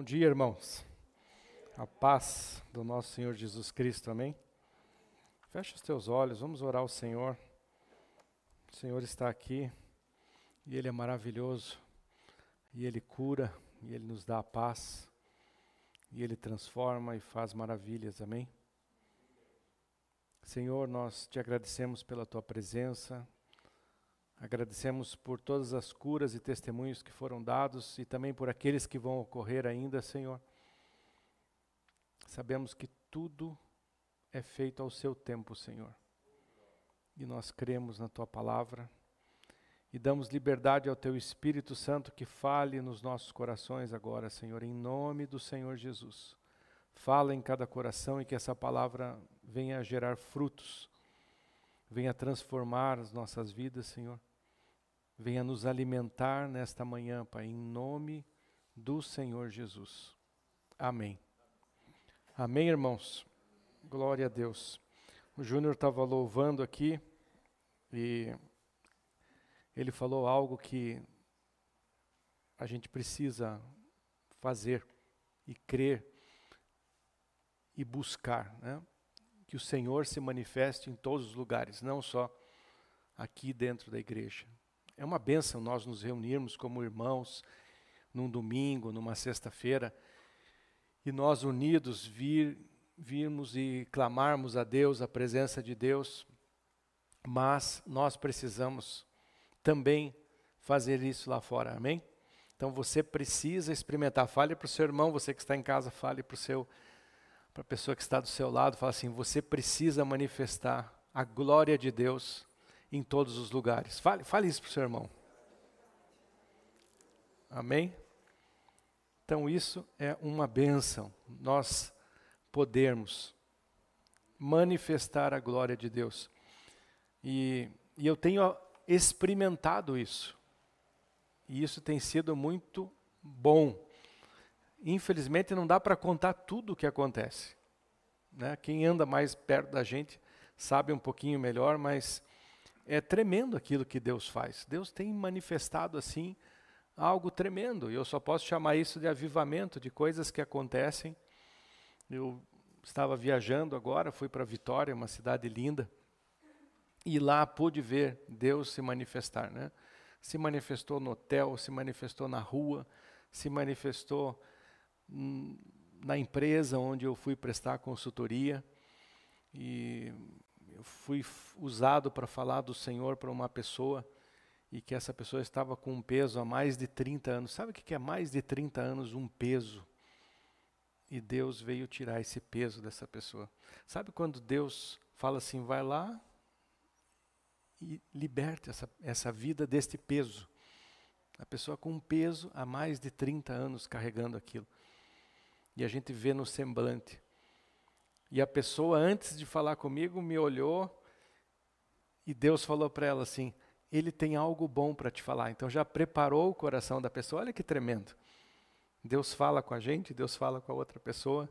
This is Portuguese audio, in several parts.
dia, irmãos. A paz do nosso Senhor Jesus Cristo, amém? Feche os teus olhos, vamos orar ao Senhor. O Senhor está aqui e Ele é maravilhoso. E Ele cura, e Ele nos dá a paz. E Ele transforma e faz maravilhas, amém? Senhor, nós te agradecemos pela Tua presença. Agradecemos por todas as curas e testemunhos que foram dados e também por aqueles que vão ocorrer ainda, Senhor. Sabemos que tudo é feito ao seu tempo, Senhor. E nós cremos na Tua palavra e damos liberdade ao Teu Espírito Santo que fale nos nossos corações agora, Senhor, em nome do Senhor Jesus. Fala em cada coração e que essa palavra venha a gerar frutos, venha transformar as nossas vidas, Senhor. Venha nos alimentar nesta manhã, Pai, em nome do Senhor Jesus. Amém. Amém, irmãos? Glória a Deus. O Júnior estava louvando aqui e ele falou algo que a gente precisa fazer e crer e buscar, né? Que o Senhor se manifeste em todos os lugares, não só aqui dentro da igreja. É uma bênção nós nos reunirmos como irmãos num domingo, numa sexta-feira, e nós unidos virmos e clamarmos a Deus, a presença de Deus, mas nós precisamos também fazer isso lá fora, amém? Então você precisa experimentar. Fale para o seu irmão, você que está em casa, fale para a pessoa que está do seu lado, fala assim, você precisa manifestar a glória de Deus em todos os lugares. Fale isso para o seu irmão. Amém? Então isso é uma bênção, nós podermos manifestar a glória de Deus. E eu tenho experimentado isso. E isso tem sido muito bom. Infelizmente não dá para contar tudo o que acontece, né? Quem anda mais perto da gente sabe um pouquinho melhor, mas é tremendo aquilo que Deus faz. Deus tem manifestado assim algo tremendo. E eu só posso chamar isso de avivamento, de coisas que acontecem. Eu estava viajando agora, fui para Vitória, uma cidade linda, e lá pude ver Deus se manifestar, né? Se manifestou no hotel, se manifestou na rua, se manifestou na empresa onde eu fui prestar consultoria, e eu fui usado para falar do Senhor para uma pessoa, e que essa pessoa estava com um peso há mais de 30 anos. Sabe o que é mais de 30 anos um peso? E Deus veio tirar esse peso dessa pessoa. Sabe quando Deus fala assim, vai lá e liberte essa vida deste peso? A pessoa com um peso há mais de 30 anos carregando aquilo. E a gente vê no semblante. E a pessoa, antes de falar comigo, me olhou e Deus falou para ela assim, Ele tem algo bom para te falar. Então já preparou o coração da pessoa. Olha que tremendo. Deus fala com a gente, Deus fala com a outra pessoa.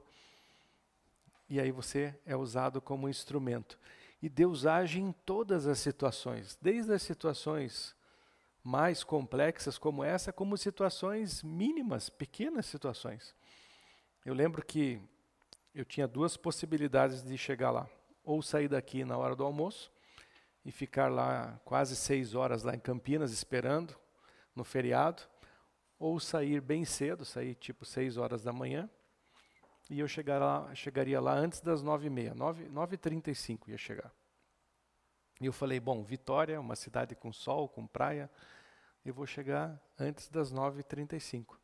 E aí você é usado como instrumento. E Deus age em todas as situações. Desde as situações mais complexas como essa, como situações mínimas, pequenas situações. Eu lembro que eu tinha duas possibilidades de chegar lá. Ou sair daqui na hora do almoço e ficar lá quase 6 horas lá em Campinas esperando no feriado, ou sair bem cedo, sair tipo 6 horas da manhã, e eu chegaria lá antes das 9h30, 9h35 ia chegar. E eu falei, bom, Vitória é uma cidade com sol, com praia, eu vou chegar antes das 9h35.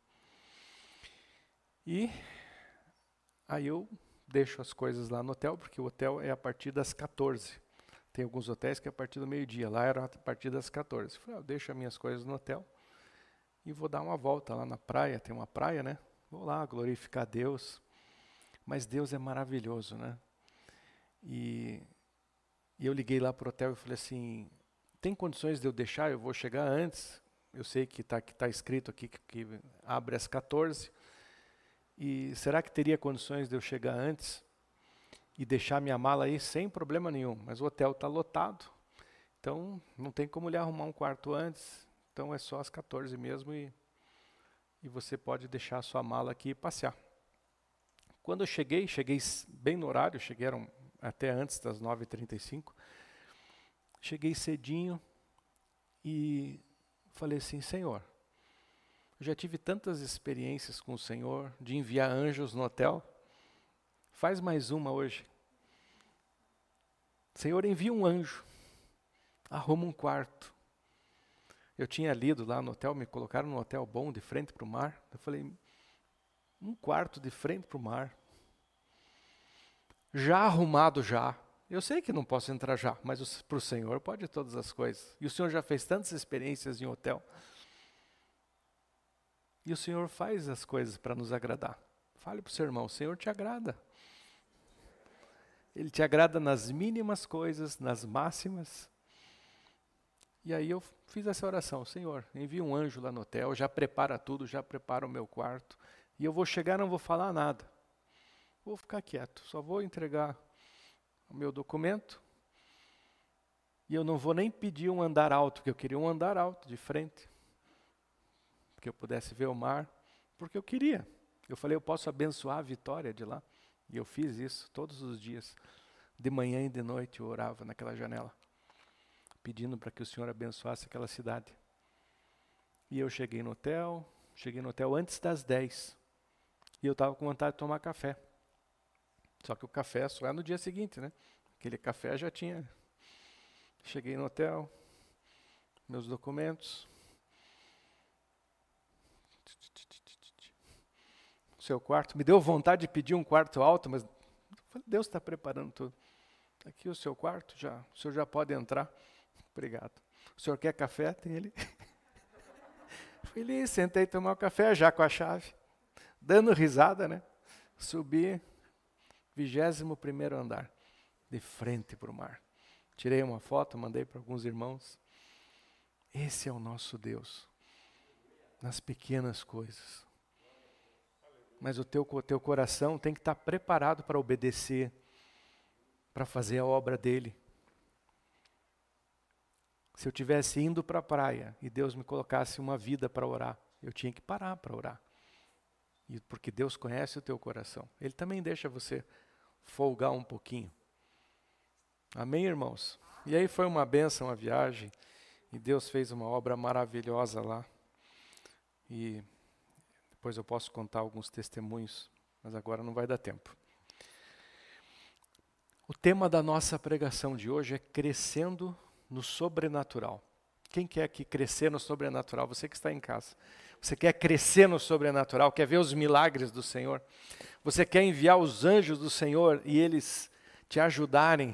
E aí eu deixo as coisas lá no hotel, porque o hotel é a partir das 14h. Tem alguns hotéis que é a partir do meio-dia, lá era a partir das 14h. Falei, eu deixo as minhas coisas no hotel e vou dar uma volta lá na praia, tem uma praia, né? Vou lá glorificar Deus. Mas Deus é maravilhoso, né? E eu liguei lá para o hotel e falei assim, tem condições de eu deixar? Eu vou chegar antes. Eu sei que tá escrito aqui que abre às 14h. E será que teria condições de eu chegar antes e deixar minha mala aí sem problema nenhum? Mas o hotel está lotado, então não tem como lhe arrumar um quarto antes, então é só às 14h mesmo. E e você pode deixar a sua mala aqui e passear. Quando eu cheguei bem no horário, chegaram até antes das 9h35, cheguei cedinho e falei assim, Senhor, eu já tive tantas experiências com o Senhor, de enviar anjos no hotel, faz mais uma hoje. Senhor, envia um anjo, arruma um quarto. Eu tinha lido lá no hotel, me colocaram num hotel bom, de frente para o mar. Eu falei, um quarto de frente para o mar. Já arrumado já. Eu sei que não posso entrar já, mas para o Senhor pode todas as coisas. E o Senhor já fez tantas experiências em hotel. E o Senhor faz as coisas para nos agradar. Fale para o seu irmão, o Senhor te agrada. Ele te agrada nas mínimas coisas, nas máximas. E aí eu fiz essa oração, Senhor, envia um anjo lá no hotel, já prepara tudo, já prepara o meu quarto. E eu vou chegar, não vou falar nada. Vou ficar quieto, só vou entregar o meu documento. E eu não vou nem pedir um andar alto, porque eu queria um andar alto de frente. Que eu pudesse ver o mar, porque eu queria. Eu falei, eu posso abençoar a Vitória de lá. E eu fiz isso todos os dias. De manhã e de noite eu orava naquela janela, pedindo para que o Senhor abençoasse aquela cidade. E eu cheguei no hotel antes das 10. E eu estava com vontade de tomar café. Só que o café só é no dia seguinte, né? Aquele café já tinha. Cheguei no hotel, meus documentos. Seu quarto, me deu vontade de pedir um quarto alto, mas Deus está preparando tudo. Aqui o seu quarto, o senhor já pode entrar. Obrigado. O senhor quer café? Tem ele. Fui ali, sentei tomar o café já com a chave, dando risada, né? Subi, 21º andar, de frente para o mar. Tirei uma foto, mandei para alguns irmãos. Esse é o nosso Deus, nas pequenas coisas. Mas o teu coração tem que estar preparado para obedecer, para fazer a obra dele. Se eu estivesse indo para a praia e Deus me colocasse uma vida para orar, eu tinha que parar para orar. E porque Deus conhece o teu coração. Ele também deixa você folgar um pouquinho. Amém, irmãos? E aí foi uma bênção a viagem. E Deus fez uma obra maravilhosa lá. E depois eu posso contar alguns testemunhos, mas agora não vai dar tempo. O tema da nossa pregação de hoje é crescendo no sobrenatural. Quem quer aqui crescer no sobrenatural? Você que está em casa. Você quer crescer no sobrenatural, quer ver os milagres do Senhor? Você quer enviar os anjos do Senhor e eles te ajudarem?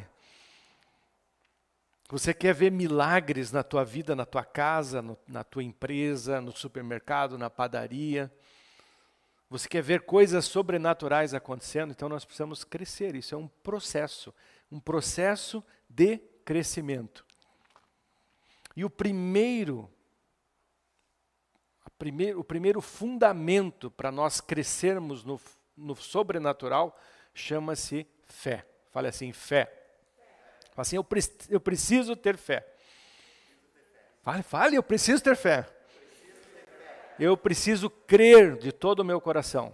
Você quer ver milagres na tua vida, na tua casa, na tua empresa, no supermercado, na padaria? Você quer ver coisas sobrenaturais acontecendo? Então nós precisamos crescer. Isso é um processo de crescimento. E o primeiro fundamento para nós crescermos no sobrenatural chama-se fé. Fale assim, fé. Fale assim, eu preciso ter fé. Fale, eu preciso ter fé. Eu preciso crer de todo o meu coração.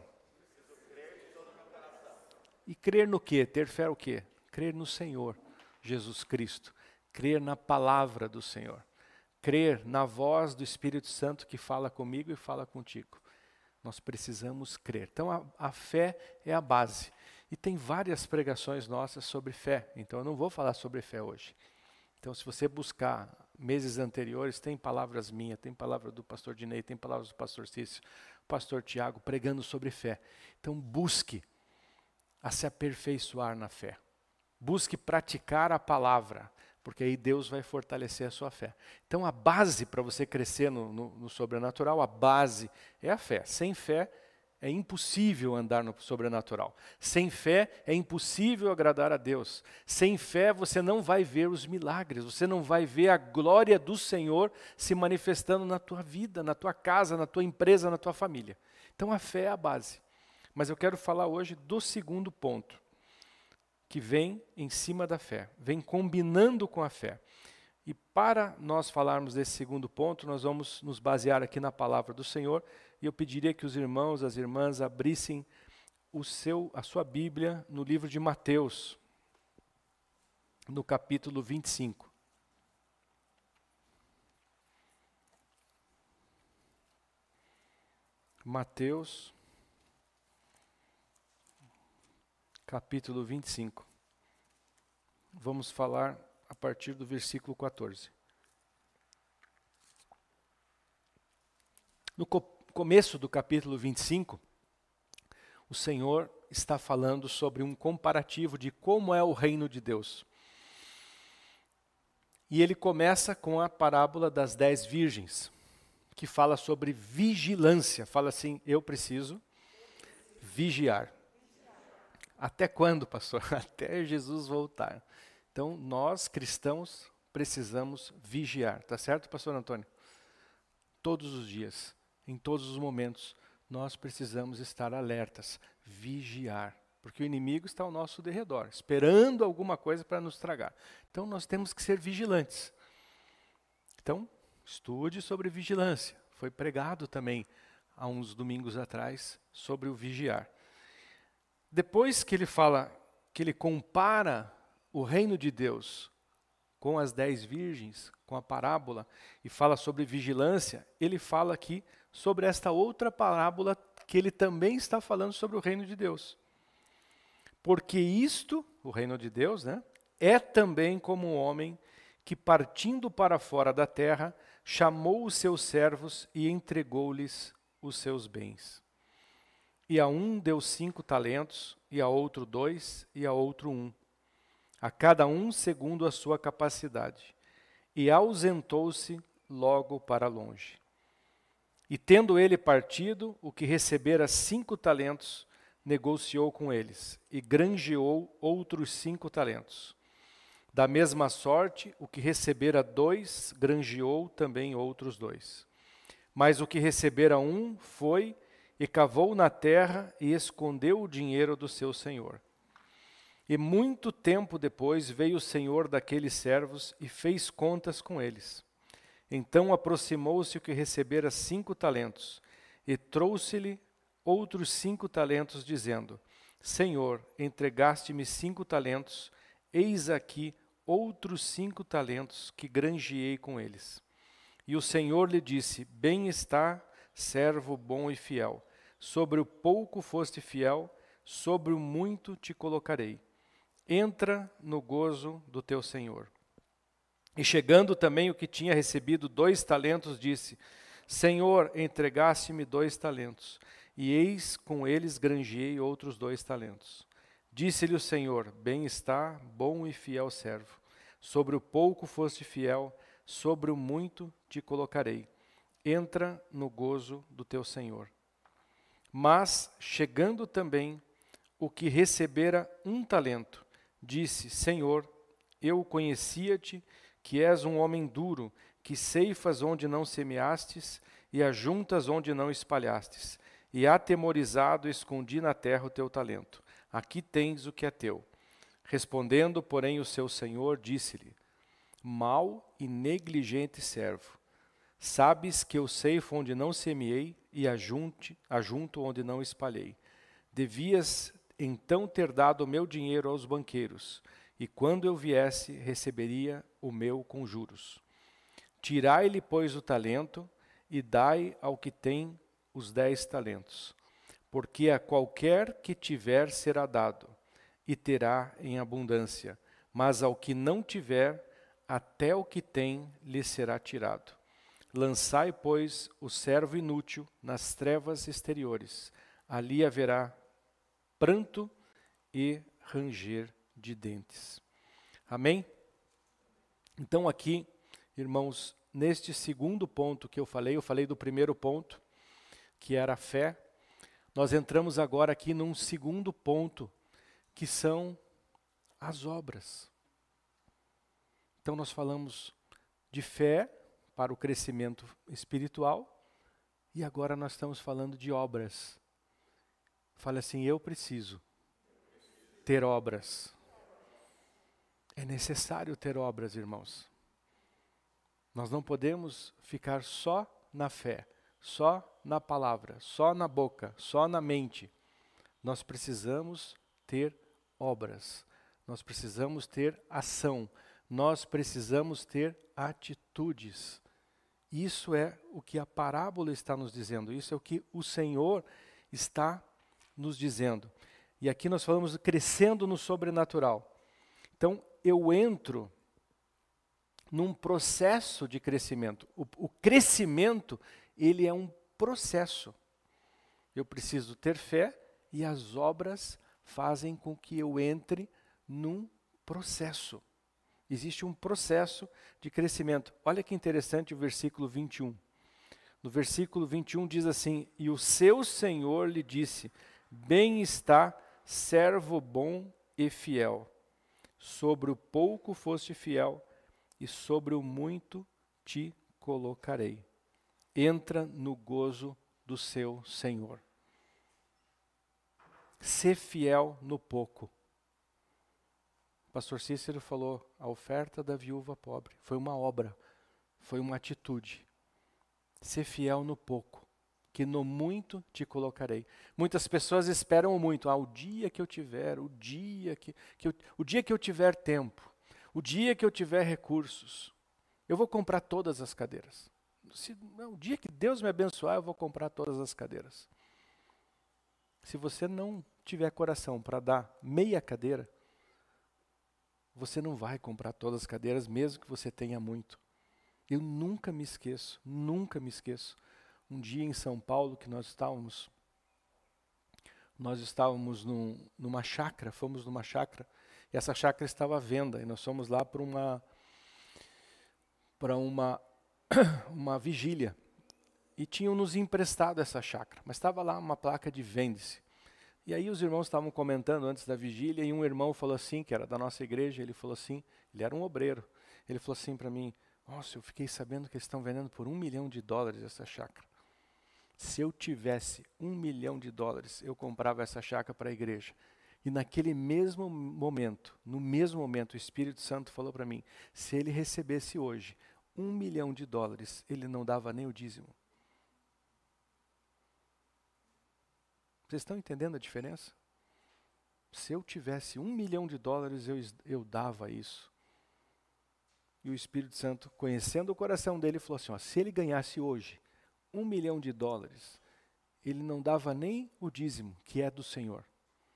E crer no quê? Ter fé o quê? Crer no Senhor Jesus Cristo. Crer na palavra do Senhor. Crer na voz do Espírito Santo que fala comigo e fala contigo. Nós precisamos crer. Então a fé é a base. E tem várias pregações nossas sobre fé. Então eu não vou falar sobre fé hoje. Então se você buscar meses anteriores, tem palavras minhas, tem palavra do pastor Dinei, tem palavras do pastor Cício, pastor Tiago, pregando sobre fé. Então busque a se aperfeiçoar na fé. Busque praticar a palavra, porque aí Deus vai fortalecer a sua fé. Então a base para você crescer no sobrenatural, a base é a fé. Sem fé é impossível andar no sobrenatural. Sem fé é impossível agradar a Deus. Sem fé você não vai ver os milagres, você não vai ver a glória do Senhor se manifestando na tua vida, na tua casa, na tua empresa, na tua família. Então a fé é a base. Mas eu quero falar hoje do segundo ponto, que vem em cima da fé, vem combinando com a fé. E para nós falarmos desse segundo ponto, nós vamos nos basear aqui na palavra do Senhor, e eu pediria que os irmãos, as irmãs abrissem a sua Bíblia no livro de Mateus, no capítulo 25. Mateus, capítulo 25. Vamos falar a partir do versículo 14. No começo do capítulo 25, o Senhor está falando sobre um comparativo de como é o reino de Deus. E ele começa com a parábola das 10 virgens, que fala sobre vigilância. Fala assim, eu preciso vigiar. Até quando, pastor? Até Jesus voltar. Então, nós cristãos precisamos vigiar. Tá certo, pastor Antônio? Todos os dias, em todos os momentos, nós precisamos estar alertas, vigiar. Porque o inimigo está ao nosso derredor, esperando alguma coisa para nos tragar. Então, nós temos que ser vigilantes. Então, estude sobre vigilância. Foi pregado também há uns domingos atrás sobre o vigiar. Depois que ele fala, que ele compara o reino de Deus com as 10 virgens, com a parábola, e fala sobre vigilância, ele fala aqui sobre esta outra parábola que ele também está falando sobre o reino de Deus. Porque isto, o reino de Deus, né, é também como um homem que, partindo para fora da terra, chamou os seus servos e entregou-lhes os seus bens. E a um deu 5 talentos, e a outro 2, e a outro 1. A cada um segundo a sua capacidade. E ausentou-se logo para longe. E tendo ele partido, o que recebera 5 talentos, negociou com eles, e granjeou outros 5 talentos. Da mesma sorte, o que recebera 2, granjeou também outros 2. Mas o que recebera 1 foi e cavou na terra e escondeu o dinheiro do seu senhor. E muito tempo depois veio o senhor daqueles servos e fez contas com eles. Então aproximou-se o que recebera 5 talentos e trouxe-lhe outros 5 talentos, dizendo: Senhor, entregaste-me 5 talentos, eis aqui outros 5 talentos que granjeei com eles. E o Senhor lhe disse: Bem está, servo bom e fiel. Sobre o pouco foste fiel, sobre o muito te colocarei. Entra no gozo do teu Senhor. E chegando também o que tinha recebido 2 talentos, disse: Senhor, entregaste-me 2 talentos, e eis com eles granjeei outros 2 talentos. Disse-lhe o Senhor: Bem está, bom e fiel servo. Sobre o pouco foste fiel, sobre o muito te colocarei. Entra no gozo do teu Senhor. Mas, chegando também o que recebera 1 talento, disse: Senhor, eu conhecia-te, que és um homem duro, que ceifas onde não semeastes e ajuntas onde não espalhastes. E atemorizado escondi na terra o teu talento. Aqui tens o que é teu. Respondendo, porém, o seu senhor disse-lhe: Mau e negligente servo, sabes que eu ceifo onde não semeei e ajunto onde não espalhei. Devias então ter dado o meu dinheiro aos banqueiros, e quando eu viesse, receberia o meu com juros. Tirai-lhe, pois, o talento, e dai ao que tem os 10 talentos. Porque a qualquer que tiver será dado, e terá em abundância, mas ao que não tiver, até o que tem lhe será tirado. Lançai, pois, o servo inútil nas trevas exteriores. Ali haverá pranto e ranger de dentes. Amém? Então aqui, irmãos, neste segundo ponto que eu falei do primeiro ponto, que era a fé. Nós entramos agora aqui num segundo ponto, que são as obras. Então nós falamos de fé para o crescimento espiritual, e agora nós estamos falando de obras. Fala assim: eu preciso ter obras. É necessário ter obras, irmãos. Nós não podemos ficar só na fé, só na palavra, só na boca, só na mente. Nós precisamos ter obras, nós precisamos ter ação, nós precisamos ter atitudes. Isso é o que a parábola está nos dizendo, isso é o que o Senhor está nos dizendo. E aqui nós falamos crescendo no sobrenatural. Então, eu entro num processo de crescimento. O crescimento, ele é um processo. Eu preciso ter fé e as obras fazem com que eu entre num processo. Existe um processo de crescimento. Olha que interessante o versículo 21. No versículo 21 diz assim: e o seu Senhor lhe disse, bem está, servo bom e fiel. Sobre o pouco foste fiel, e sobre o muito te colocarei. Entra no gozo do seu Senhor. Ser fiel no pouco. O pastor Cícero falou, a oferta da viúva pobre foi uma obra, foi uma atitude. Ser fiel no pouco, que no muito te colocarei. Muitas pessoas esperam muito, o dia que eu tiver, o dia que eu tiver tempo, o dia que eu tiver recursos, eu vou comprar todas as cadeiras. O dia que Deus me abençoar, eu vou comprar todas as cadeiras. Se você não tiver coração para dar meia cadeira, você não vai comprar todas as cadeiras, mesmo que você tenha muito. Eu nunca me esqueço. Um dia em São Paulo, que nós estávamos numa chácara, fomos numa chácara, e essa chácara estava à venda, e nós fomos lá para uma vigília. E tinham nos emprestado essa chácara, mas estava lá uma placa de vende-se. E aí os irmãos estavam comentando antes da vigília, e um irmão falou assim, que era da nossa igreja, ele falou assim, ele era um obreiro, ele falou assim para mim, nossa, eu fiquei sabendo que eles estão vendendo por $1 milhão essa chácara. Se eu tivesse $1 milhão, eu comprava essa chácara para a igreja. E naquele mesmo momento, o Espírito Santo falou para mim, se ele recebesse hoje $1 milhão, ele não dava nem o dízimo. Vocês estão entendendo a diferença? Se eu tivesse $1 milhão, eu dava isso. E o Espírito Santo, conhecendo o coração dele, falou assim, se ele ganhasse hoje $1 milhão, ele não dava nem o dízimo, que é do Senhor.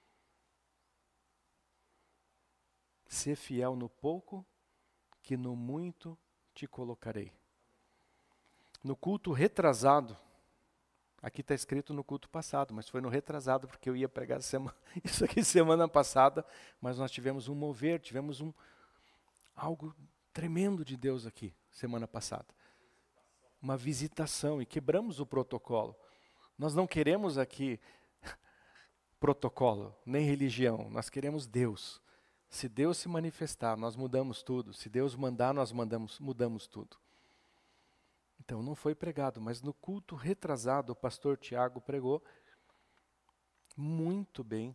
Ser fiel no pouco, que no muito te colocarei. No culto retrasado, aqui está escrito no culto passado, mas foi no retrasado, porque eu ia pregar isso aqui semana passada, mas nós tivemos um mover, tivemos algo tremendo de Deus aqui, semana passada. Uma visitação, e quebramos o protocolo. Nós não queremos aqui protocolo, nem religião, nós queremos Deus. Se Deus se manifestar, nós mudamos tudo. Se Deus mandar, nós mudamos tudo. Então, não foi pregado, mas no culto retrasado, o pastor Tiago pregou muito bem,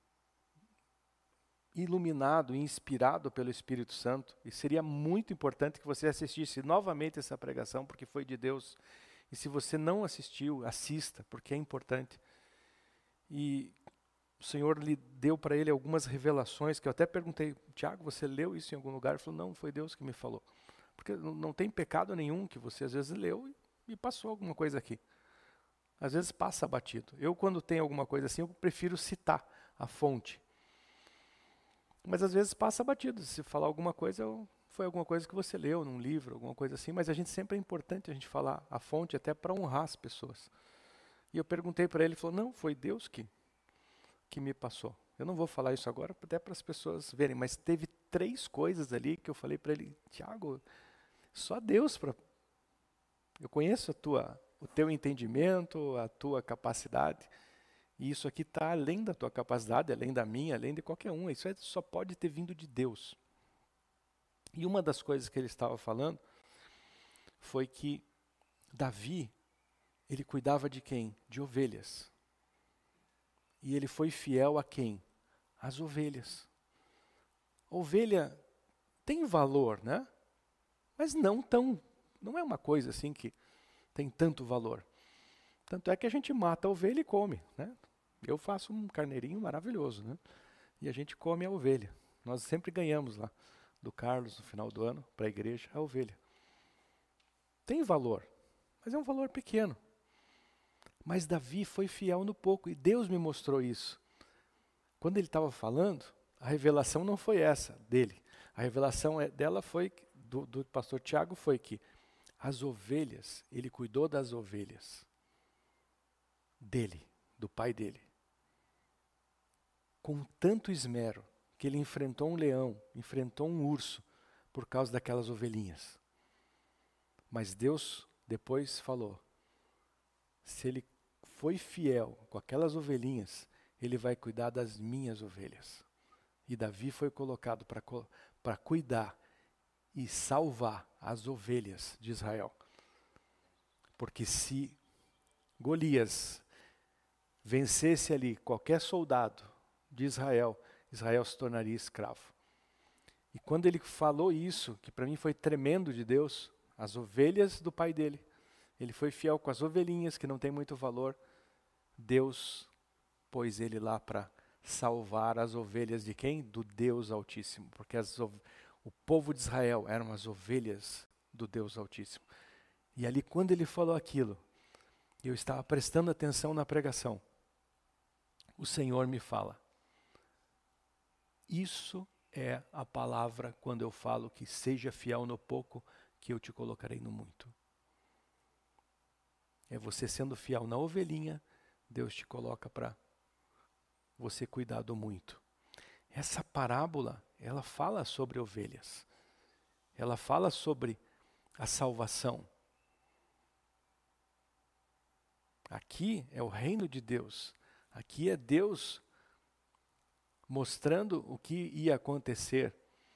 iluminado e inspirado pelo Espírito Santo. E seria muito importante que você assistisse novamente essa pregação, porque foi de Deus. E se você não assistiu, assista, porque é importante. E o Senhor lhe deu para ele algumas revelações, que eu até perguntei, Tiago, você leu isso em algum lugar? Ele falou, não, foi Deus que me falou. Porque não tem pecado nenhum que você às vezes leu e passou alguma coisa aqui. Às vezes passa batido. Eu, quando tenho alguma coisa assim, eu prefiro citar a fonte. Mas às vezes passa batido. Se falar alguma coisa, foi alguma coisa que você leu num livro, alguma coisa assim. Mas a gente sempre é importante a gente falar a fonte até para honrar as pessoas. E eu perguntei para ele, ele falou, não, foi Deus que me passou. Eu não vou falar isso agora, até para as pessoas verem, mas teve 3 coisas ali que eu falei para ele, Tiago, só Deus para... Eu conheço o teu entendimento, a tua capacidade, e isso aqui está além da tua capacidade, além da minha, além de qualquer um. Isso só pode ter vindo de Deus. E uma das coisas que ele estava falando foi que Davi, ele cuidava de quem? De ovelhas. E ele foi fiel a quem? Às ovelhas. A ovelha tem valor, né? Mas não Não é uma coisa assim que tem tanto valor. Tanto é que a gente mata a ovelha e come, né? Eu faço um carneirinho maravilhoso, né? E a gente come a ovelha. Nós sempre ganhamos lá do Carlos no final do ano para a igreja a ovelha. Tem valor, mas é um valor pequeno. Mas Davi foi fiel no pouco e Deus me mostrou isso. Quando ele estava falando, a revelação não foi essa dele. A revelação dela foi, do pastor Tiago, foi que as ovelhas, ele cuidou das ovelhas dele, do pai dele. Com tanto esmero que ele enfrentou um leão, enfrentou um urso por causa daquelas ovelhinhas. Mas Deus depois falou, se ele foi fiel com aquelas ovelhinhas, ele vai cuidar das minhas ovelhas. E Davi foi colocado para cuidar e salvar as ovelhas de Israel. Porque se Golias vencesse ali qualquer soldado de Israel, Israel se tornaria escravo. E quando ele falou isso, que para mim foi tremendo de Deus, as ovelhas do pai dele, ele foi fiel com as ovelhinhas que não tem muito valor, Deus pôs ele lá para salvar as ovelhas de quem? Do Deus Altíssimo, porque o povo de Israel eram as ovelhas do Deus Altíssimo. E ali quando ele falou aquilo, eu estava prestando atenção na pregação, o Senhor me fala, isso é a palavra quando eu falo que seja fiel no pouco, que eu te colocarei no muito. É você sendo fiel na ovelhinha, Deus te coloca para você cuidar do muito. Essa parábola, ela fala sobre ovelhas. Ela fala sobre a salvação. Aqui é o reino de Deus. Aqui é Deus mostrando o que ia acontecer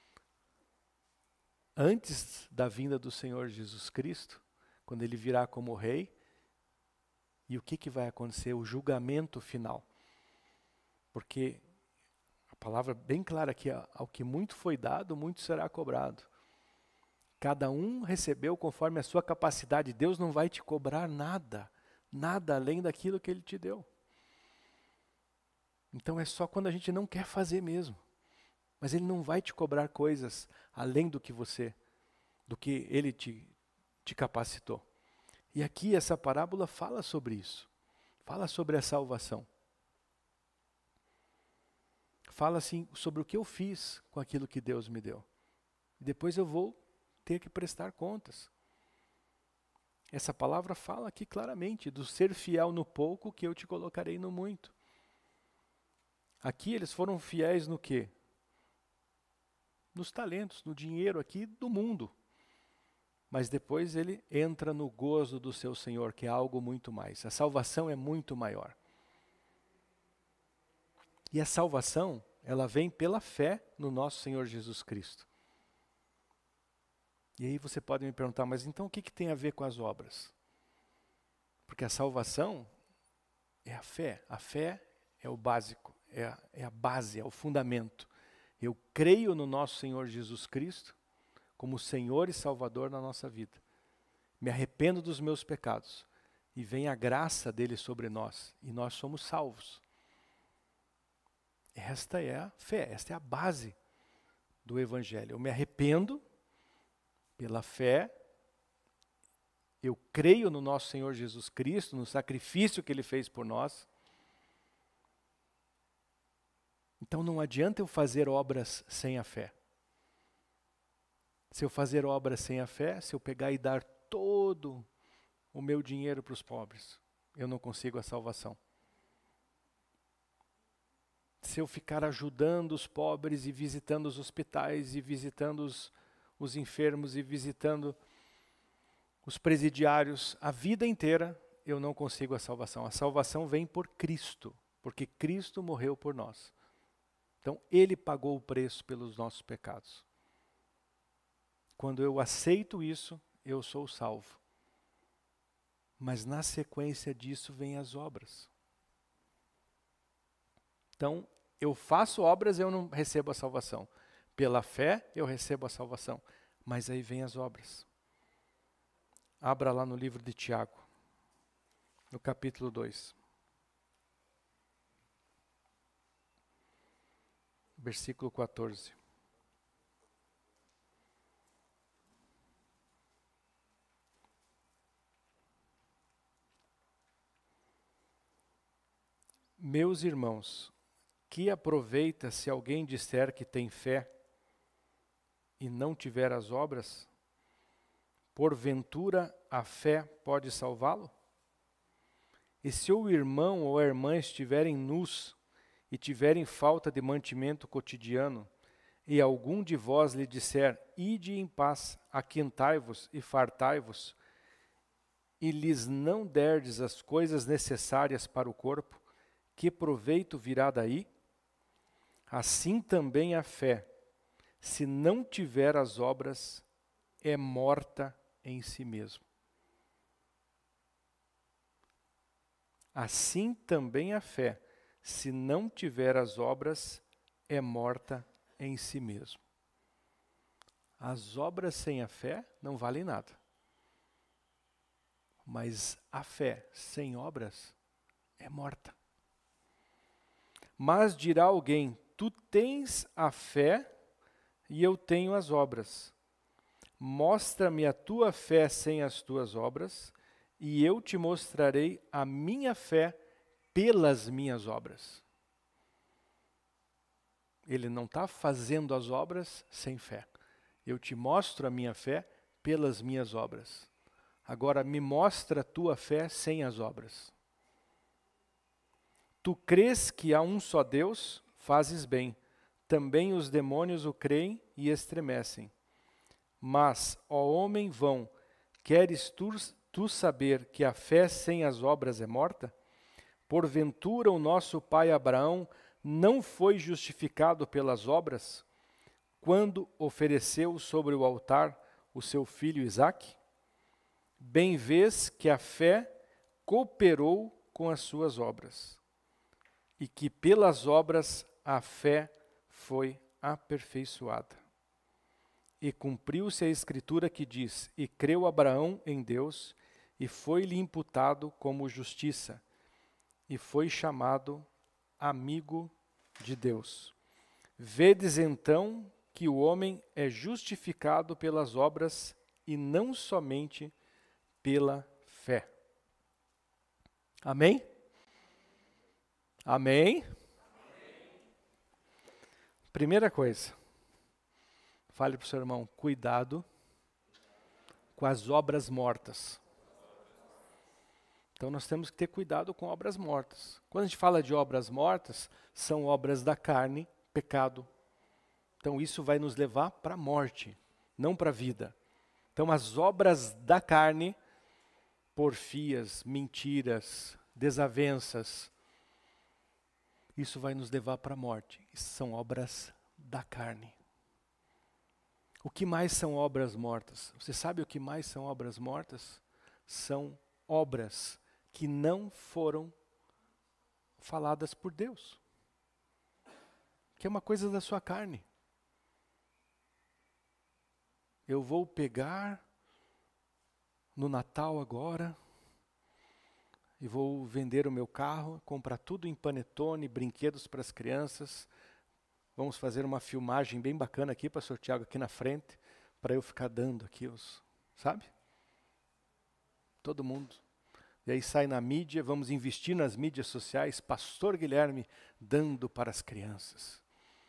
antes da vinda do Senhor Jesus Cristo, quando ele virá como rei, e o que vai acontecer? O julgamento final. Porque a palavra bem clara aqui, ao que muito foi dado, muito será cobrado. Cada um recebeu conforme a sua capacidade. Deus não vai te cobrar nada, nada além daquilo que ele te deu. Então é só quando a gente não quer fazer mesmo. Mas ele não vai te cobrar coisas além do que ele te capacitou. E aqui essa parábola fala sobre isso. Fala sobre a salvação. Fala assim sobre o que eu fiz com aquilo que Deus me deu. E depois eu vou ter que prestar contas. Essa palavra fala aqui claramente do ser fiel no pouco que eu te colocarei no muito. Aqui eles foram fiéis no quê? Nos talentos, no dinheiro aqui do mundo. Mas depois ele entra no gozo do seu Senhor, que é algo muito mais. A salvação é muito maior. E a salvação, ela vem pela fé no nosso Senhor Jesus Cristo. E aí você pode me perguntar, mas então o que tem a ver com as obras? Porque a salvação é a fé. A fé é o básico, é a base, é o fundamento. Eu creio no nosso Senhor Jesus Cristo como Senhor e Salvador na nossa vida. Me arrependo dos meus pecados e vem a graça dele sobre nós e nós somos salvos. Esta é a fé, esta é a base do Evangelho. Eu me arrependo pela fé, eu creio no nosso Senhor Jesus Cristo, no sacrifício que ele fez por nós. Então não adianta eu fazer obras sem a fé. Se eu fazer obras sem a fé, se eu pegar e dar todo o meu dinheiro para os pobres, eu não consigo a salvação. Se eu ficar ajudando os pobres e visitando os hospitais e visitando os enfermos e visitando os presidiários a vida inteira, eu não consigo a salvação. A salvação vem por Cristo, porque Cristo morreu por nós. Então, ele pagou o preço pelos nossos pecados. Quando eu aceito isso, eu sou salvo. Mas na sequência disso vem as obras. Então, eu faço obras, eu não recebo a salvação. Pela fé, eu recebo a salvação. Mas aí vem as obras. Abra lá no livro de Tiago, no capítulo 2. Versículo 14. Meus irmãos, que aproveita se alguém disser que tem fé e não tiver as obras? Porventura a fé pode salvá-lo? E se o irmão ou a irmã estiverem nus e tiverem falta de mantimento cotidiano, e algum de vós lhe disser, ide em paz, aquentai-vos e fartai-vos, e lhes não derdes as coisas necessárias para o corpo, que proveito virá daí? Assim também a fé, se não tiver as obras, é morta em si mesmo. Assim também a fé, se não tiver as obras, é morta em si mesmo. As obras sem a fé não valem nada. Mas a fé sem obras é morta. Mas dirá alguém, tu tens a fé e eu tenho as obras. Mostra-me a tua fé sem as tuas obras, e eu te mostrarei a minha fé pelas minhas obras. Ele não está fazendo as obras sem fé. Eu te mostro a minha fé pelas minhas obras. Agora me mostra a tua fé sem as obras. Tu crês que há um só Deus? Fazes bem. Também os demônios o creem e estremecem. Mas, ó homem vão, queres tu saber que a fé sem as obras é morta? Porventura o nosso pai Abraão não foi justificado pelas obras, quando ofereceu sobre o altar o seu filho Isaque? Bem vês que a fé cooperou com as suas obras, e que pelas obras a fé foi aperfeiçoada. E cumpriu-se a escritura que diz, e creu Abraão em Deus, e foi-lhe imputado como justiça, e foi chamado amigo de Deus. Vedes então que o homem é justificado pelas obras, e não somente pela fé. Amém? Amém? Primeira coisa, fale para o seu irmão, cuidado com as obras mortas. Então nós temos que ter cuidado com obras mortas. Quando a gente fala de obras mortas, são obras da carne, pecado. Então isso vai nos levar para a morte, não para a vida. Então as obras da carne, porfias, mentiras, desavenças, isso vai nos levar para a morte. Isso são obras da carne. O que mais são obras mortas? Você sabe o que mais são obras mortas? São obras que não foram faladas por Deus. Que é uma coisa da sua carne. Eu vou pegar no Natal agora e vou vender o meu carro, comprar tudo em panetone, brinquedos para as crianças. Vamos fazer uma filmagem bem bacana aqui, pastor Tiago, aqui na frente, para eu ficar dando aqui os, sabe? Todo mundo. E aí sai na mídia, vamos investir nas mídias sociais, pastor Guilherme dando para as crianças.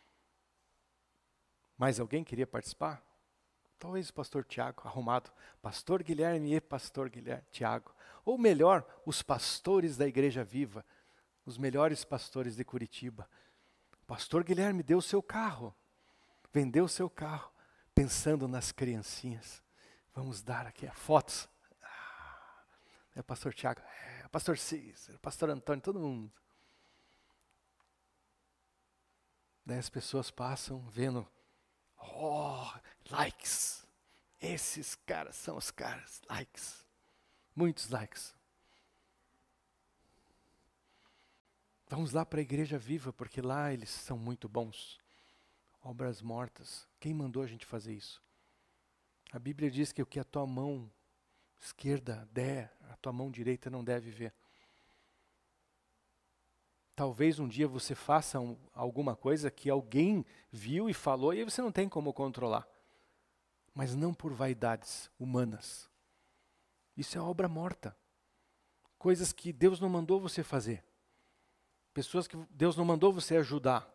Mais alguém queria participar? Talvez o pastor Tiago, arrumado. Pastor Guilherme e pastor Tiago. Ou melhor, os pastores da Igreja Viva, os melhores pastores de Curitiba. Pastor Guilherme deu o seu carro, vendeu o seu carro, pensando nas criancinhas. Vamos dar aqui fotos. É o pastor Tiago, é o pastor Cícero, o pastor Antônio, todo mundo. Daí as pessoas passam vendo, likes. Esses caras são os caras, likes. Muitos likes. Vamos lá para a Igreja Viva, porque lá eles são muito bons. Obras mortas. Quem mandou a gente fazer isso? A Bíblia diz que o que a tua mão esquerda der, a tua mão direita não deve ver. Talvez um dia você faça alguma coisa que alguém viu e falou, e aí você não tem como controlar. Mas não por vaidades humanas. Isso é obra morta. Coisas que Deus não mandou você fazer. Pessoas que Deus não mandou você ajudar.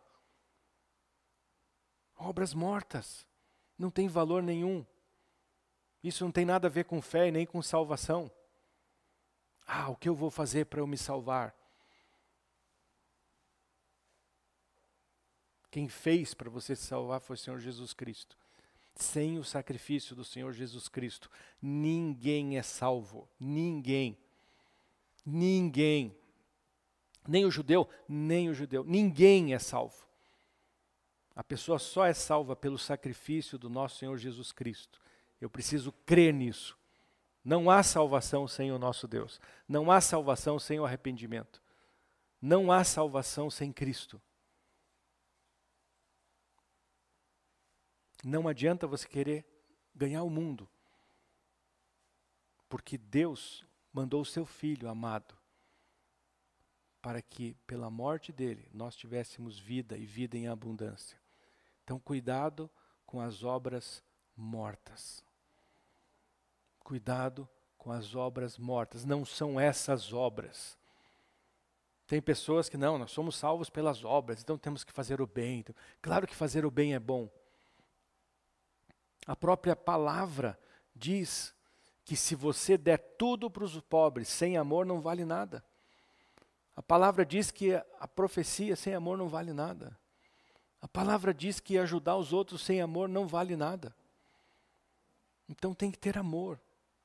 Obras mortas. Não tem valor nenhum. Isso não tem nada a ver com fé e nem com salvação. O que eu vou fazer para eu me salvar? Quem fez para você se salvar foi o Senhor Jesus Cristo. Sem o sacrifício do Senhor Jesus Cristo, ninguém é salvo. Ninguém. Ninguém. Nem o judeu, nem o judeu. Ninguém é salvo. A pessoa só é salva pelo sacrifício do nosso Senhor Jesus Cristo. Eu preciso crer nisso. Não há salvação sem o nosso Deus. Não há salvação sem o arrependimento. Não há salvação sem Cristo. Não adianta você querer ganhar o mundo, porque Deus mandou o seu Filho amado para que, pela morte dele, nós tivéssemos vida e vida em abundância. Então, cuidado com as obras mortas. Cuidado com as obras mortas. Não são essas obras. Tem pessoas que nós somos salvos pelas obras, então temos que fazer o bem. Claro que fazer o bem é bom. A própria palavra diz que se você der tudo para os pobres, sem amor não vale nada. A palavra diz que a profecia sem amor não vale nada. A palavra diz que ajudar os outros sem amor não vale nada. Então tem que ter amor.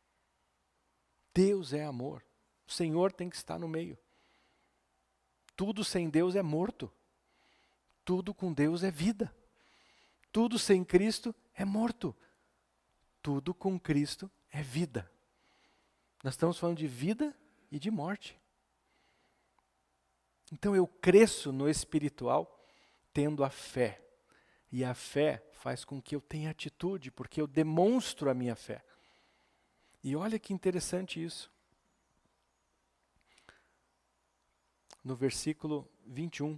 Deus é amor. O Senhor tem que estar no meio. Tudo sem Deus é morto. Tudo com Deus é vida. Tudo sem Cristo é morto. Tudo com Cristo é vida. Nós estamos falando de vida e de morte. Então eu cresço no espiritual tendo a fé. E a fé faz com que eu tenha atitude, porque eu demonstro a minha fé. E olha que interessante isso. No versículo 21.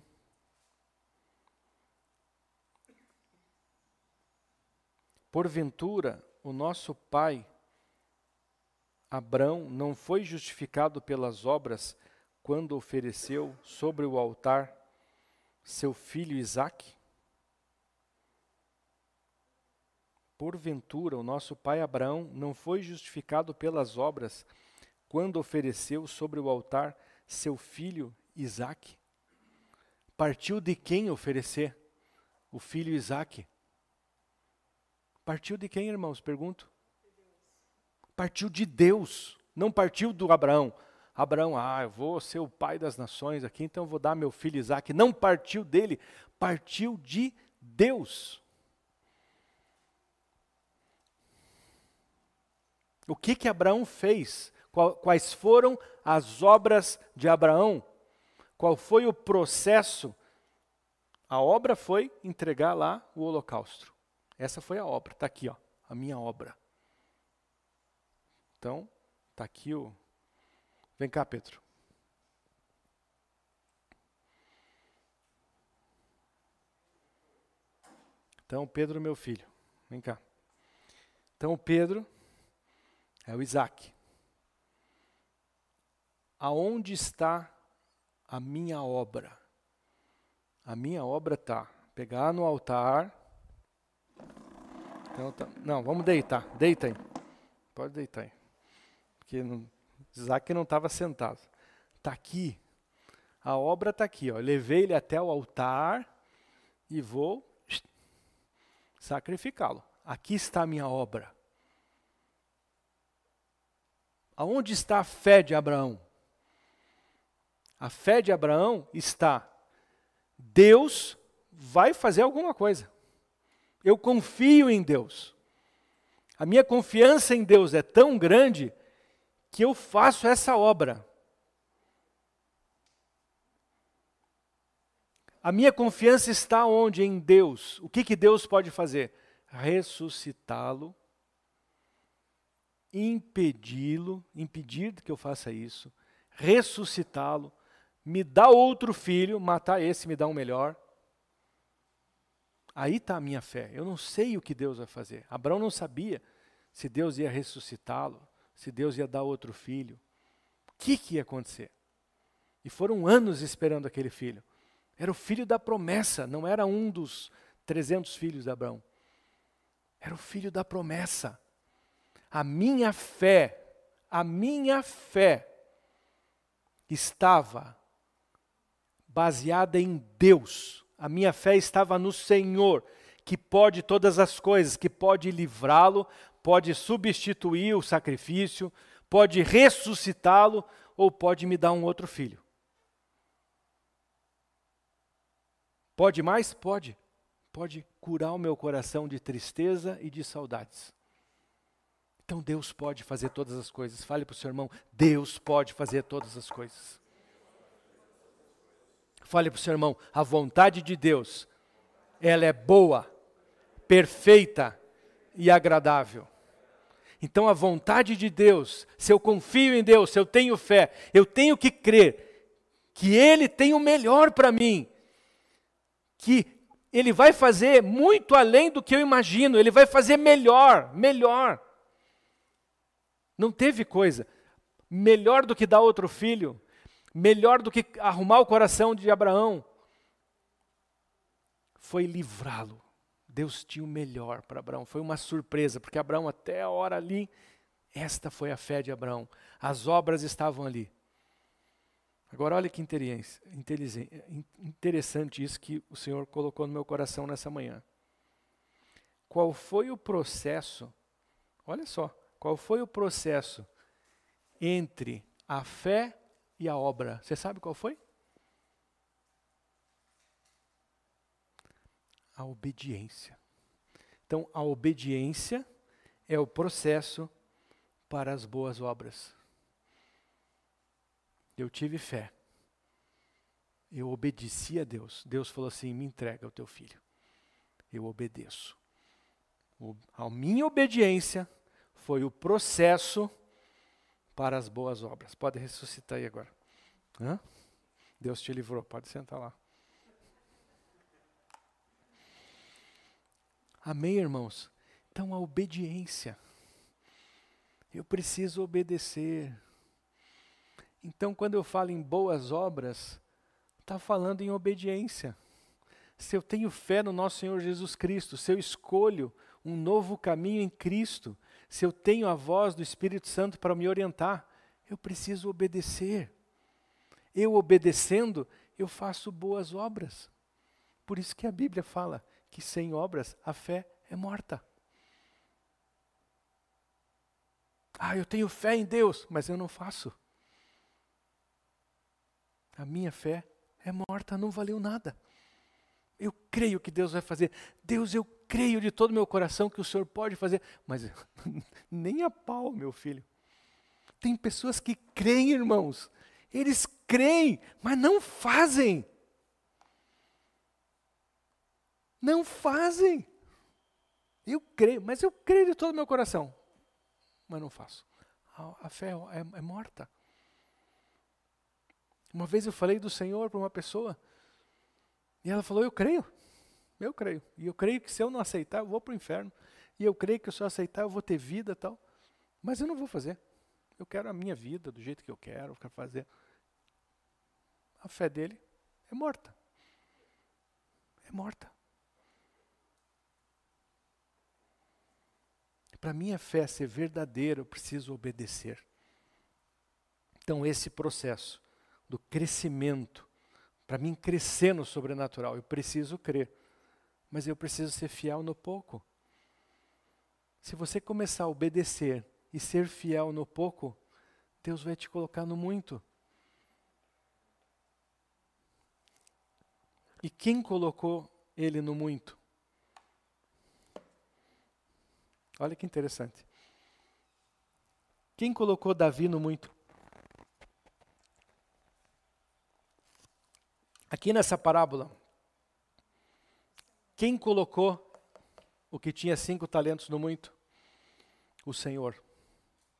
Porventura, o nosso pai, Abrão, não foi justificado pelas obras quando ofereceu sobre o altar seu filho Isaque? Porventura, o nosso pai Abraão não foi justificado pelas obras quando ofereceu sobre o altar seu filho Isaque? Partiu de quem oferecer o filho Isaque? Partiu de quem, irmãos? Pergunto. Partiu de Deus, não partiu do Abraão. Abraão, eu vou ser o pai das nações aqui, então eu vou dar meu filho Isaque. Não partiu dele, partiu de Deus. O que Abraão fez? Quais foram as obras de Abraão? Qual foi o processo? A obra foi entregar lá o holocausto. Essa foi a obra, está aqui, a minha obra. Então, está aqui o... Vem cá, Pedro. Então, Pedro, meu filho, vem cá. Então, Pedro é o Isaque. Aonde está a minha obra? A minha obra está pegar no altar. Então, não, vamos deitar. Deita aí. Pode deitar aí. Porque Isaque não estava sentado. Está aqui. A obra está aqui. Levei ele até o altar e vou sacrificá-lo. Aqui está a minha obra. Aonde está a fé de Abraão? A fé de Abraão está: Deus vai fazer alguma coisa. Eu confio em Deus. A minha confiança em Deus é tão grande que eu faço essa obra. A minha confiança está onde? Em Deus. O que Deus pode fazer? Ressuscitá-lo impedir que eu faça isso, ressuscitá-lo, me dá outro filho, matar esse, me dá um melhor. Aí está a minha fé. Eu não sei o que Deus vai fazer. Abraão não sabia se Deus ia ressuscitá-lo, se Deus ia dar outro filho. O que ia acontecer? E foram anos esperando aquele filho. Era o filho da promessa, não era um dos 300 filhos de Abraão. Era o filho da promessa. A minha fé estava baseada em Deus. A minha fé estava no Senhor, que pode todas as coisas, que pode livrá-lo, pode substituir o sacrifício, pode ressuscitá-lo ou pode me dar um outro filho. Pode mais? Pode. Pode curar o meu coração de tristeza e de saudades. Então Deus pode fazer todas as coisas. Fale para o seu irmão, Deus pode fazer todas as coisas. Fale para o seu irmão, a vontade de Deus, ela é boa, perfeita e agradável. Então a vontade de Deus, se eu confio em Deus, se eu tenho fé, eu tenho que crer que Ele tem o melhor para mim. Que Ele vai fazer muito além do que eu imagino, Ele vai fazer melhor. Não teve coisa melhor do que dar outro filho, melhor do que arrumar o coração de Abraão. Foi livrá-lo. Deus tinha o melhor para Abraão. Foi uma surpresa, porque Abraão até a hora ali, esta foi a fé de Abraão. As obras estavam ali. Agora olha que interessante isso que o Senhor colocou no meu coração nessa manhã. Qual foi o processo, olha só, qual foi o processo entre a fé e a obra? Você sabe qual foi? A obediência. Então, a obediência é o processo para as boas obras. Eu tive fé. Eu obedeci a Deus. Deus falou assim, me entrega o teu filho. Eu obedeço. A minha obediência foi o processo para as boas obras. Pode ressuscitar aí agora. Hã? Deus te livrou, pode sentar lá. Amém, irmãos? Então a obediência. Eu preciso obedecer. Então quando eu falo em boas obras, está falando em obediência. Se eu tenho fé no nosso Senhor Jesus Cristo, se eu escolho um novo caminho em Cristo, se eu tenho a voz do Espírito Santo para me orientar, eu preciso obedecer. Eu obedecendo, eu faço boas obras. Por isso que a Bíblia fala que sem obras a fé é morta. Eu tenho fé em Deus, mas eu não faço. A minha fé é morta, não valeu nada. Eu creio que Deus vai fazer. Deus, eu creio de todo o meu coração que o Senhor pode fazer. Mas nem a pau, meu filho. Tem pessoas que creem, irmãos. Eles creem, mas não fazem. Não fazem. Eu creio, mas eu creio de todo o meu coração. Mas não faço. A fé é morta. Uma vez eu falei do Senhor para uma pessoa, e ela falou, eu creio. E eu creio que se eu não aceitar, eu vou para o inferno. E eu creio que se eu aceitar, eu vou ter vida e tal. Mas eu não vou fazer. Eu quero a minha vida do jeito que eu quero fazer. A fé dele é morta. É morta. Para minha fé ser verdadeira, eu preciso obedecer. Então esse processo do crescimento, para mim crescer no sobrenatural, eu preciso crer. Mas eu preciso ser fiel no pouco. Se você começar a obedecer e ser fiel no pouco, Deus vai te colocar no muito. E quem colocou ele no muito? Olha que interessante. Quem colocou Davi no muito? Aqui nessa parábola, quem colocou o que tinha 5 talentos no muito? O Senhor.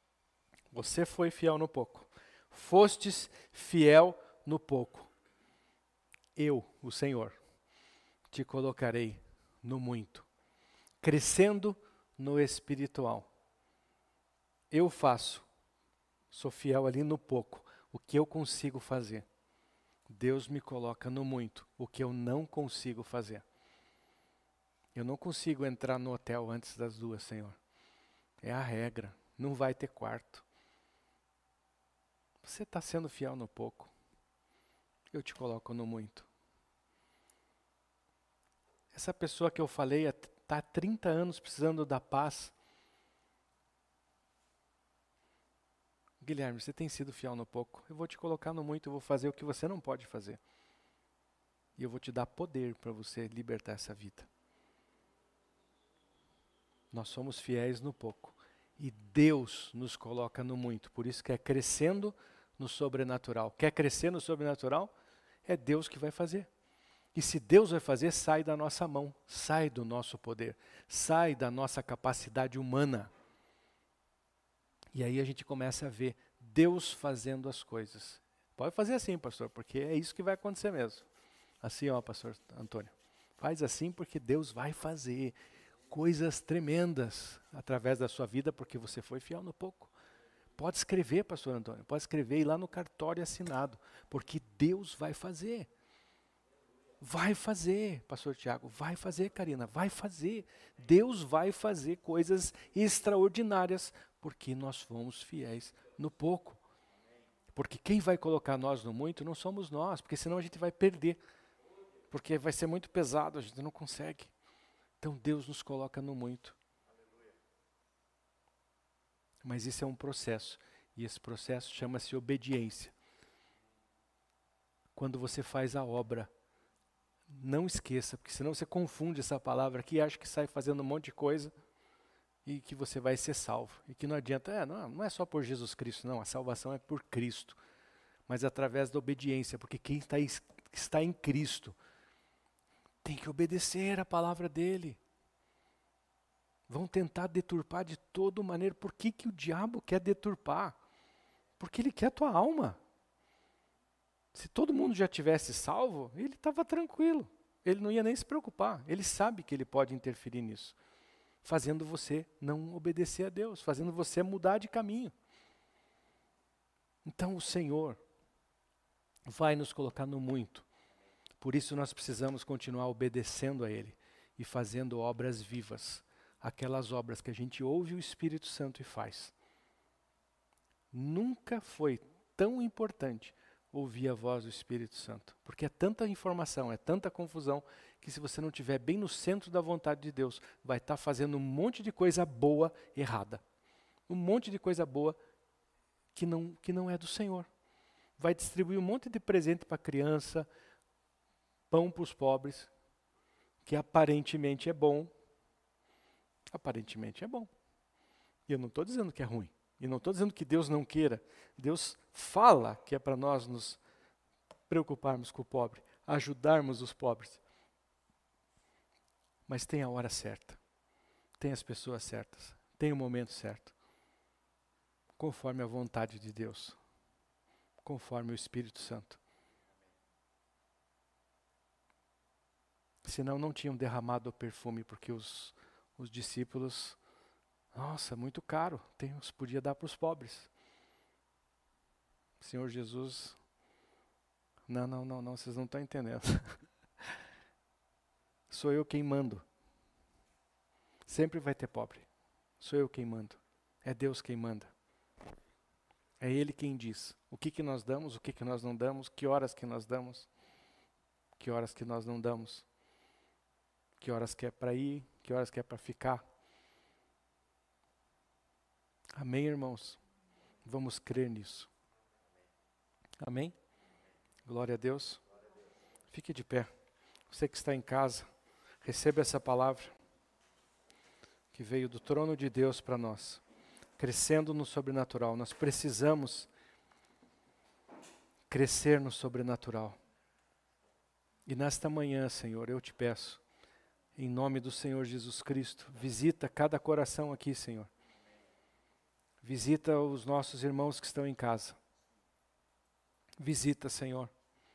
Você foi fiel no pouco. Fostes fiel no pouco. Eu, o Senhor, te colocarei no muito. Crescendo no espiritual. Eu faço. Sou fiel ali no pouco. O que eu consigo fazer. Deus me coloca no muito. O que eu não consigo fazer. Eu não consigo entrar no hotel antes das 2, Senhor. É a regra. Não vai ter quarto. Você está sendo fiel no pouco. Eu te coloco no muito. Essa pessoa que eu falei está há 30 anos precisando da paz. Guilherme, você tem sido fiel no pouco. Eu vou te colocar no muito, eu vou fazer o que você não pode fazer. E eu vou te dar poder para você libertar essa vida. Nós somos fiéis no pouco. E Deus nos coloca no muito. Por isso que é crescendo no sobrenatural. Quer crescer no sobrenatural? É Deus que vai fazer. E se Deus vai fazer, sai da nossa mão, sai do nosso poder, sai da nossa capacidade humana. E aí a gente começa a ver Deus fazendo as coisas. Pode fazer assim, pastor, porque é isso que vai acontecer mesmo. Assim, ó, pastor Antônio. Faz assim porque Deus vai fazer coisas tremendas através da sua vida, porque você foi fiel no pouco. Pode escrever, pastor Antônio, pode escrever e ir lá no cartório assinado, porque Deus vai fazer. Vai fazer, pastor Tiago, vai fazer, Karina, vai fazer. Deus vai fazer coisas extraordinárias, porque nós fomos fiéis no pouco. Porque quem vai colocar nós no muito não somos nós, porque senão a gente vai perder. Porque vai ser muito pesado, a gente não consegue. Então Deus nos coloca no muito. Mas isso é um processo, e esse processo chama-se obediência. Quando você faz a obra, não esqueça, porque senão você confunde essa palavra aqui e acha que sai fazendo um monte de coisa e que você vai ser salvo. E que não adianta, não é só por Jesus Cristo, não, a salvação é por Cristo. Mas através da obediência, porque quem está em Cristo tem que obedecer a palavra dele. Vão tentar deturpar de toda maneira. Por que o diabo quer deturpar? Porque ele quer a tua alma. Se todo mundo já tivesse salvo, ele estava tranquilo. Ele não ia nem se preocupar. Ele sabe que ele pode interferir nisso. Fazendo você não obedecer a Deus. Fazendo você mudar de caminho. Então o Senhor vai nos colocar no muito. Por isso nós precisamos continuar obedecendo a Ele. E fazendo obras vivas. Aquelas obras que a gente ouve o Espírito Santo e faz. Nunca foi tão importante ouvir a voz do Espírito Santo. Porque é tanta informação, é tanta confusão, que se você não estiver bem no centro da vontade de Deus, vai estar fazendo um monte de coisa boa errada. Um monte de coisa boa que não é do Senhor. Vai distribuir um monte de presente para a criança, pão para os pobres, que aparentemente é bom. Aparentemente é bom. E eu não estou dizendo que é ruim. E não estou dizendo que Deus não queira. Deus fala que é para nós nos preocuparmos com o pobre, ajudarmos os pobres. Mas tem a hora certa. Tem as pessoas certas. Tem o momento certo. Conforme a vontade de Deus. Conforme o Espírito Santo. Senão não tinham derramado o perfume, porque os discípulos... Nossa, muito caro. Podia dar para os pobres. Senhor Jesus, não, vocês não estão entendendo. Sou eu quem mando. Sempre vai ter pobre. Sou eu quem mando. É Deus quem manda. É Ele quem diz o que nós damos, o que nós não damos, que horas que nós damos, que horas que nós não damos, que horas que é para ir, que horas que é para ficar. Amém, irmãos? Vamos crer nisso. Amém? Glória a Deus. Fique de pé. Você que está em casa, receba essa palavra que veio do trono de Deus para nós. Crescendo no sobrenatural. Nós precisamos crescer no sobrenatural. E nesta manhã, Senhor, eu te peço, em nome do Senhor Jesus Cristo, visita cada coração aqui, Senhor. Visita os nossos irmãos que estão em casa. Visita, Senhor.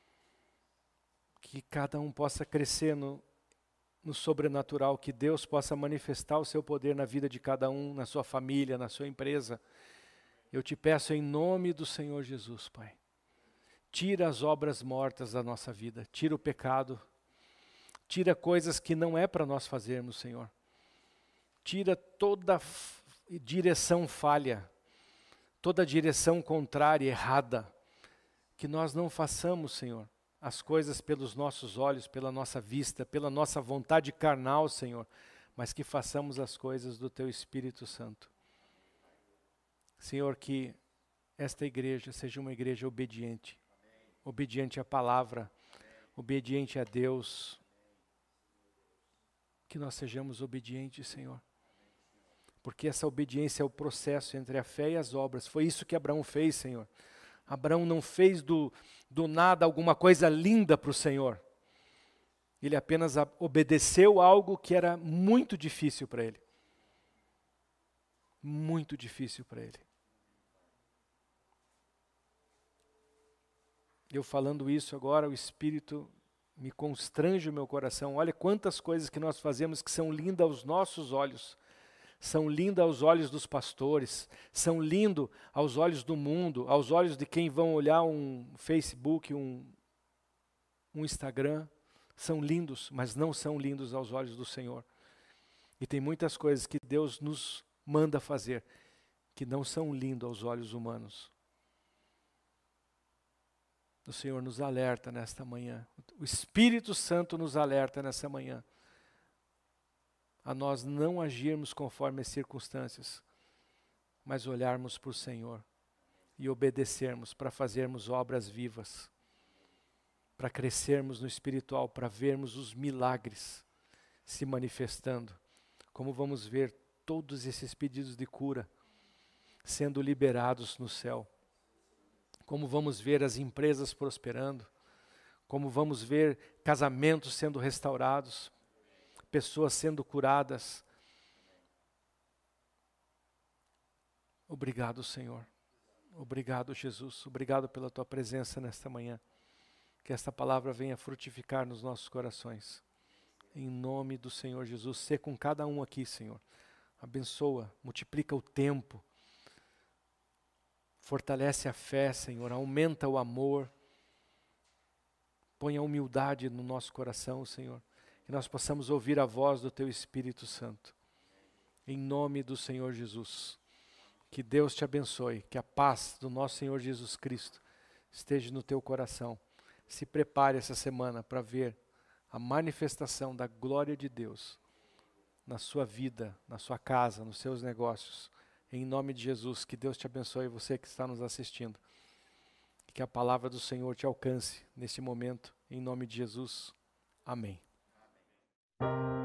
Que cada um possa crescer no sobrenatural, que Deus possa manifestar o seu poder na vida de cada um, na sua família, na sua empresa. Eu te peço em nome do Senhor Jesus, Pai. Tira as obras mortas da nossa vida, tira o pecado, tira coisas que não é para nós fazermos, Senhor. Tira toda direção falha, toda direção contrária, errada, que nós não façamos, Senhor, as coisas pelos nossos olhos, pela nossa vista, pela nossa vontade carnal, Senhor, mas que façamos as coisas do Teu Espírito Santo. Senhor, que esta igreja seja uma igreja obediente, obediente à palavra, obediente a Deus. Que nós sejamos obedientes, Senhor. Porque essa obediência é o processo entre a fé e as obras. Foi isso que Abraão fez, Senhor. Abraão não fez do nada alguma coisa linda para o Senhor. Ele apenas obedeceu algo que era muito difícil para ele. Muito difícil para ele. Eu falando isso agora, o Espírito me constrange o meu coração. Olha quantas coisas que nós fazemos que são lindas aos nossos olhos. São lindas aos olhos dos pastores, são lindos aos olhos do mundo, aos olhos de quem vão olhar um Facebook, um Instagram. São lindos, mas não são lindos aos olhos do Senhor. E tem muitas coisas que Deus nos manda fazer que não são lindas aos olhos humanos. O Senhor nos alerta nesta manhã, o Espírito Santo nos alerta nesta manhã, a nós não agirmos conforme as circunstâncias, mas olharmos para o Senhor e obedecermos para fazermos obras vivas, para crescermos no espiritual, para vermos os milagres se manifestando, como vamos ver todos esses pedidos de cura sendo liberados no céu, como vamos ver as empresas prosperando, como vamos ver casamentos sendo restaurados, pessoas sendo curadas. Obrigado, Senhor. Obrigado, Jesus. Obrigado pela Tua presença nesta manhã. Que esta palavra venha frutificar nos nossos corações. Em nome do Senhor Jesus. Sê com cada um aqui, Senhor. Abençoa, multiplica o tempo. Fortalece a fé, Senhor. Aumenta o amor. Põe a humildade no nosso coração, Senhor. Que nós possamos ouvir a voz do Teu Espírito Santo. Em nome do Senhor Jesus. Que Deus te abençoe. Que a paz do nosso Senhor Jesus Cristo esteja no teu coração. Se prepare essa semana para ver a manifestação da glória de Deus na sua vida, na sua casa, nos seus negócios. Em nome de Jesus, que Deus te abençoe, você que está nos assistindo. Que a palavra do Senhor te alcance neste momento. Em nome de Jesus. Amém.